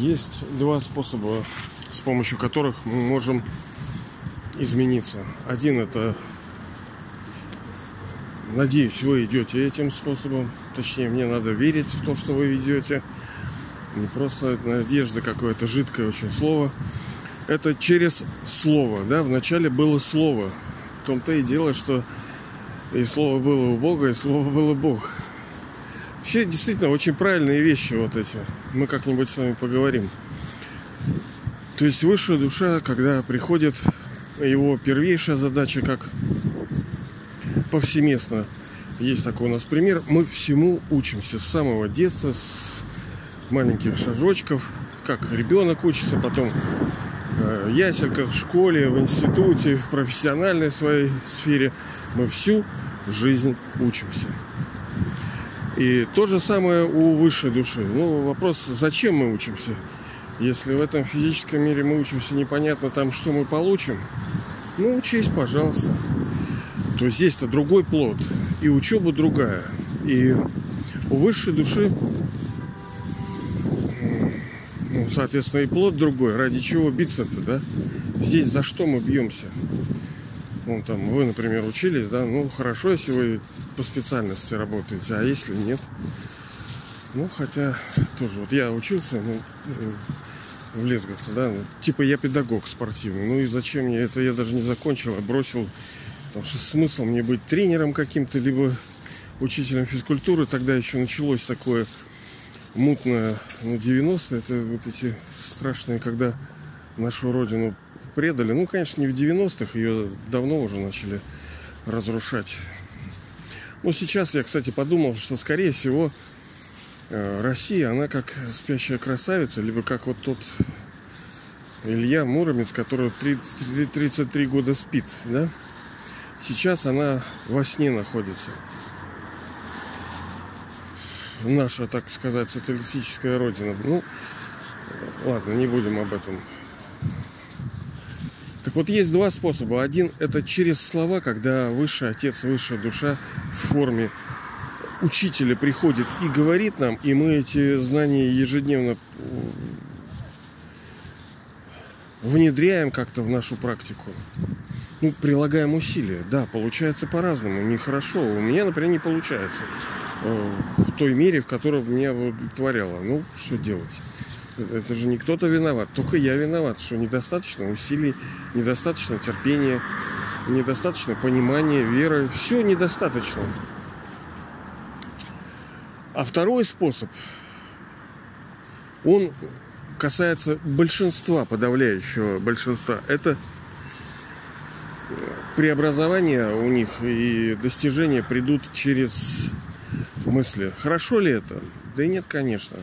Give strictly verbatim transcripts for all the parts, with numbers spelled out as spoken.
Есть два способа, с помощью которых мы можем измениться. Один — это, надеюсь, вы идете этим способом. Точнее, мне надо верить в то, что вы идете. Не просто надежда, какое-то жидкое очень слово. Это через слово, да, вначале было слово. В том-то и дело, что и слово было у Бога, и слово было Бог. Вообще, действительно, очень правильные вещи вот эти. Мы как-нибудь с вами поговорим. То есть высшая душа, когда приходит, его первейшая задача, как повсеместно, есть такой у нас пример, мы всему учимся с самого детства, с маленьких шажочков, как ребенок учится, потом в ясельках, в школе, в институте, в профессиональной своей сфере. Мы всю жизнь учимся. И то же самое у высшей души. Ну, вопрос, зачем мы учимся? Если в этом физическом мире мы учимся, непонятно там, что мы получим, ну, учись, пожалуйста. То есть здесь-то другой плод, и учеба другая. И у высшей души, ну, соответственно, и плод другой. Ради чего биться-то, да? Здесь за что мы бьемся? Вон там, вы, например, учились, да? Ну, хорошо, если вы по специальности работаете, а если нет? Ну, хотя, тоже, вот я учился, ну, в Лесговце, да? Типа я педагог спортивный. Ну и зачем мне это? Я даже не закончил, а бросил. Потому что смысл мне быть тренером каким-то, либо учителем физкультуры. Тогда еще началось такое мутное, ну, девяностые. Это вот эти страшные, когда нашу родину предали. Ну, конечно, не в девяностых, ее давно уже начали разрушать. Ну, сейчас я, кстати, подумал, что, скорее всего, Россия, она как спящая красавица, либо как вот тот Илья Муромец, который тридцать три года спит, да? Сейчас она во сне находится. Наша, так сказать, социалистическая родина. Ну, ладно, не будем об этом. Так вот, есть два способа. Один — это через слова, когда высший отец, высшая душа в форме учителя приходит и говорит нам, и мы эти знания ежедневно внедряем как-то в нашу практику. Ну, прилагаем усилия. Да, получается по-разному, нехорошо. У меня, например, не получается в той мере, в которой меня удовлетворяло. Ну, что делать? Это же не кто-то виноват, только я виноват, что недостаточно усилий, недостаточно терпения, недостаточно понимания, веры. Все недостаточно. А второй способ, он касается большинства, подавляющего большинства. Это преобразования у них и достижения придут через мысли. Хорошо ли это? Да и нет, конечно.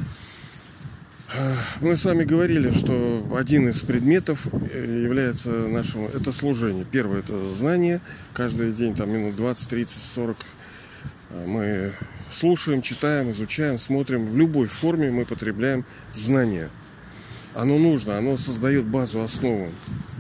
Мы с вами говорили, что один из предметов является нашим, это служение. Первое — это знание. Каждый день, там, минут двадцать, тридцать, сорок мы слушаем, читаем, изучаем, смотрим. В любой форме мы потребляем знания. Оно нужно, оно создает базу, основу.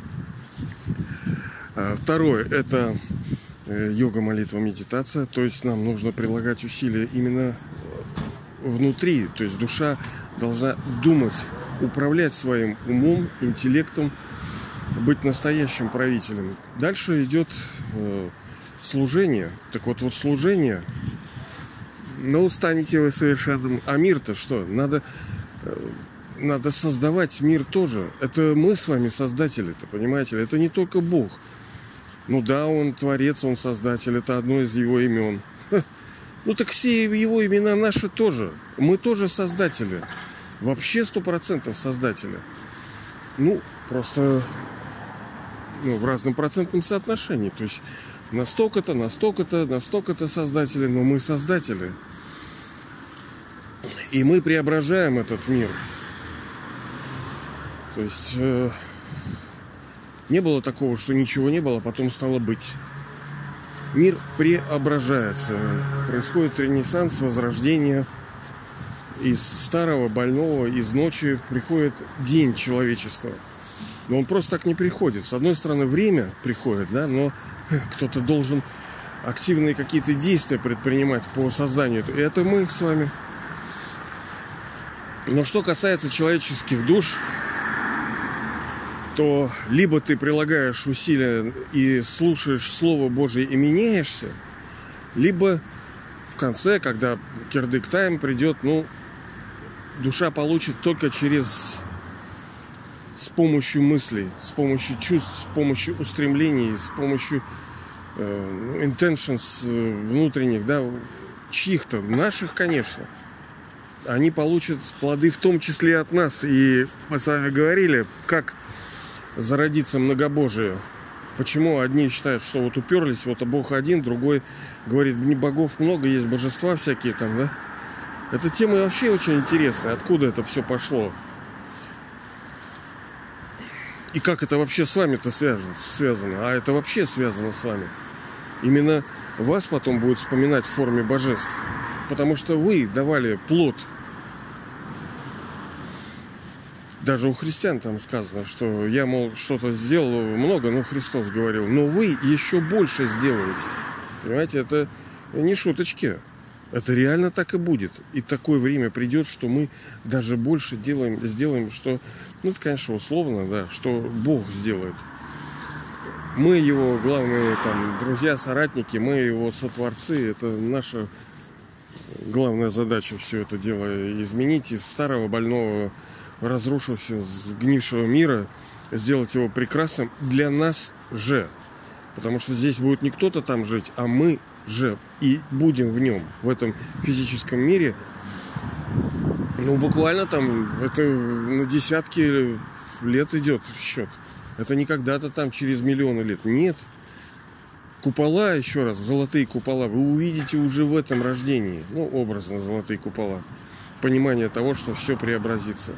Второе — это йога, молитва, медитация. То есть нам нужно прилагать усилия именно внутри. То есть душа должна думать, управлять своим умом, интеллектом, быть настоящим правителем. Дальше идет э, служение. Так вот, вот служение, ну, станете вы совершенным. А мир-то что? Надо, э, надо создавать мир тоже. Это мы с вами создатели-то, понимаете? Это не только Бог. Ну да, Он творец, Он создатель. Это одно из Его имен. Ха. Ну так все Его имена наши тоже. Мы тоже создатели. Вообще сто процентов создатели. Ну, просто ну, в разном процентном соотношении. То есть настолько-то, настолько-то, настолько-то создатели, но мы создатели. И мы преображаем этот мир. То есть э, не было такого, что ничего не было, а потом стало быть. Мир преображается. Происходит ренессанс, возрождение. Из старого, больного, из ночи приходит день человечества. Но он просто так не приходит. С одной стороны, время приходит, да, но кто-то должен активные какие-то действия предпринимать по созданию. И это мы с вами. Но что касается человеческих душ, то либо ты прилагаешь усилия и слушаешь Слово Божие и меняешься, либо в конце, когда кирдык-тайм придет, ну, душа получит только через... с помощью мыслей, с помощью чувств, с помощью устремлений, с помощью э, intentions внутренних, да, чьих-то, наших, конечно. Они получат плоды в том числе и от нас. И мы с вами говорили, как зародится многобожие. Почему одни считают, что вот уперлись, вот а Бог один, другой говорит, не богов много, есть божества всякие там, да. Эта тема вообще очень интересная. Откуда это все пошло? И как это вообще с вами-то связано? связано? А это вообще связано с вами. Именно вас потом будет вспоминать в форме божеств. Потому что вы давали плод. Даже у христиан там сказано, что я, мол, что-то сделал много, но Христос говорил. Но вы еще больше сделаете. Понимаете, это не шуточки. Это реально так и будет. И такое время придет, что мы даже больше делаем, сделаем, что, ну, это, конечно, условно, да, что Бог сделает. Мы его главные там друзья, соратники, мы его сотворцы. Это наша главная задача все это дело изменить из старого, больного, разрушившегося, сгнившего мира, сделать его прекрасным для нас же. Потому что здесь будет не кто-то там жить, а мы же и будем в нем, в этом физическом мире. Ну, буквально там это на десятки лет идет счет. Это не когда-то там через миллионы лет. Нет. Купола, еще раз, золотые купола, вы увидите уже в этом рождении. Ну, образно золотые купола. Понимание того, что все преобразится.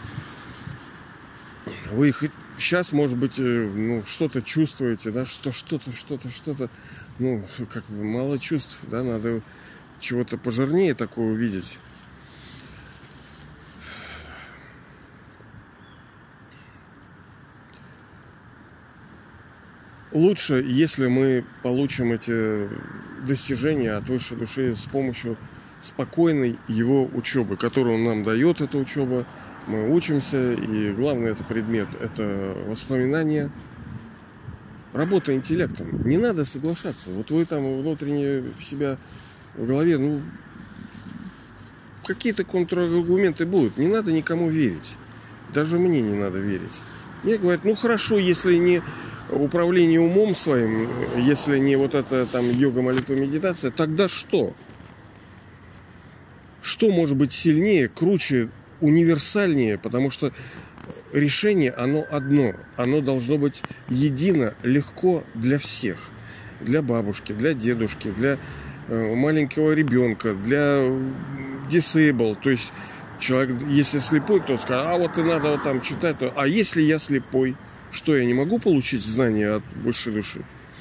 Вы их сейчас, может быть, ну, что-то чувствуете, да, что что-то, что-то, что-то. Ну, как бы мало чувств, да, надо чего-то пожирнее такого увидеть. Лучше, если мы получим эти достижения от высшей души с помощью спокойной его учебы, которую он нам дает, эта учеба. Мы учимся, и главный это предмет, это воспоминания. Работа интеллектом. Не надо соглашаться. Вот вы там внутренне себя в голове, ну, какие-то контраргументы будут. Не надо никому верить. Даже мне не надо верить. Мне говорят, ну хорошо, если не управление умом своим, если не вот это там йога, молитва, медитация, тогда что? Что может быть сильнее, круче, универсальнее? Потому что решение, оно одно. Оно должно быть едино, легко для всех. Для бабушки, для дедушки, для э, маленького ребенка, для disabled. То есть человек, если слепой, то скажет, а вот и надо вот там читать. То... А если я слепой, что я не могу получить знания от высшей души?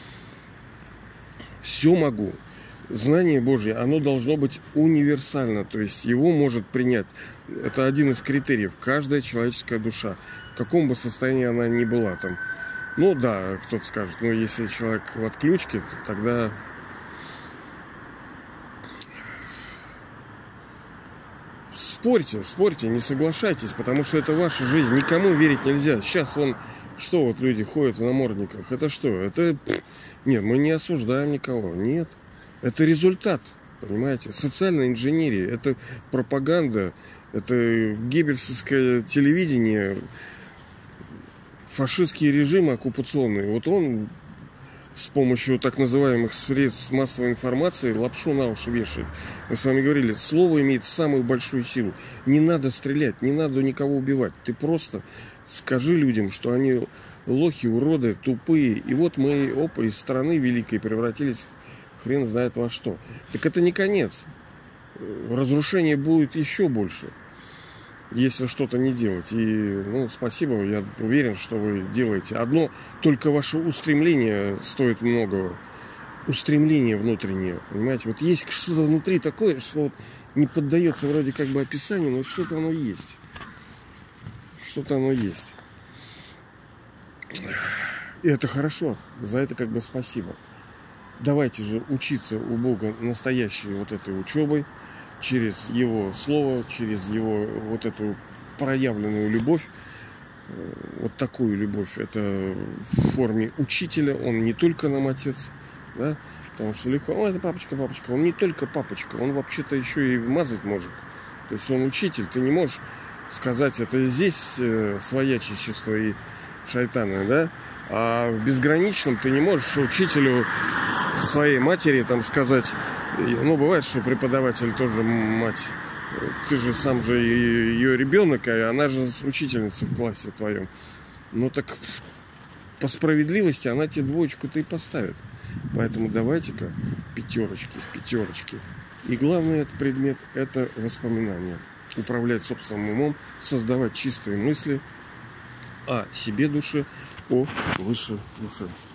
Все могу. Знание Божье, оно должно быть универсально, то есть его может принять. Это один из критериев. Каждая человеческая душа, в каком бы состоянии она ни была там. Ну да, кто-то скажет, ну если человек в отключке, тогда спорьте, спорьте, не соглашайтесь, потому что это ваша жизнь. Никому верить нельзя. Сейчас вон, что вот люди ходят в намордниках, это что? Это, нет, мы не осуждаем никого, нет. Это результат, понимаете, социальной инженерии, это пропаганда, это геббельсовское телевидение, фашистские режимы оккупационные. Вот он с помощью так называемых средств массовой информации лапшу на уши вешает. Мы с вами говорили, слово имеет самую большую силу. Не надо стрелять, не надо никого убивать. Ты просто скажи людям, что они лохи, уроды, тупые. И вот мы, опа, из страны великой превратились хрен знает во что. Так это не конец. Разрушение будет еще больше, если что-то не делать. И, ну, спасибо, я уверен, что вы делаете. Одно, только ваше устремление стоит многого. Устремление внутреннее, понимаете? Вот есть что-то внутри такое, что вот не поддается вроде как бы описанию, но что-то оно есть. Что-то оно есть. И это хорошо. За это как бы спасибо. Давайте же учиться у Бога настоящей вот этой учебой, через его слово, через его вот эту проявленную любовь. Вот такую любовь. Это в форме учителя. Он не только нам отец, да, потому что легко, о, это папочка, папочка. Он не только папочка, он вообще-то еще и мазать может. То есть он учитель. Ты не можешь сказать, это здесь э, своячечество и шайтаны, да, а в безграничном ты не можешь учителю своей матери там сказать, ну, бывает, что преподаватель тоже мать, ты же сам же ее ребенок, а она же учительница в классе твоем. Ну так по справедливости она тебе двоечку-то и поставит. Поэтому давайте-ка пятерочки, пятерочки. И главный этот предмет – это воспоминания. Управлять собственным умом, создавать чистые мысли о себе душе, о высшей душе.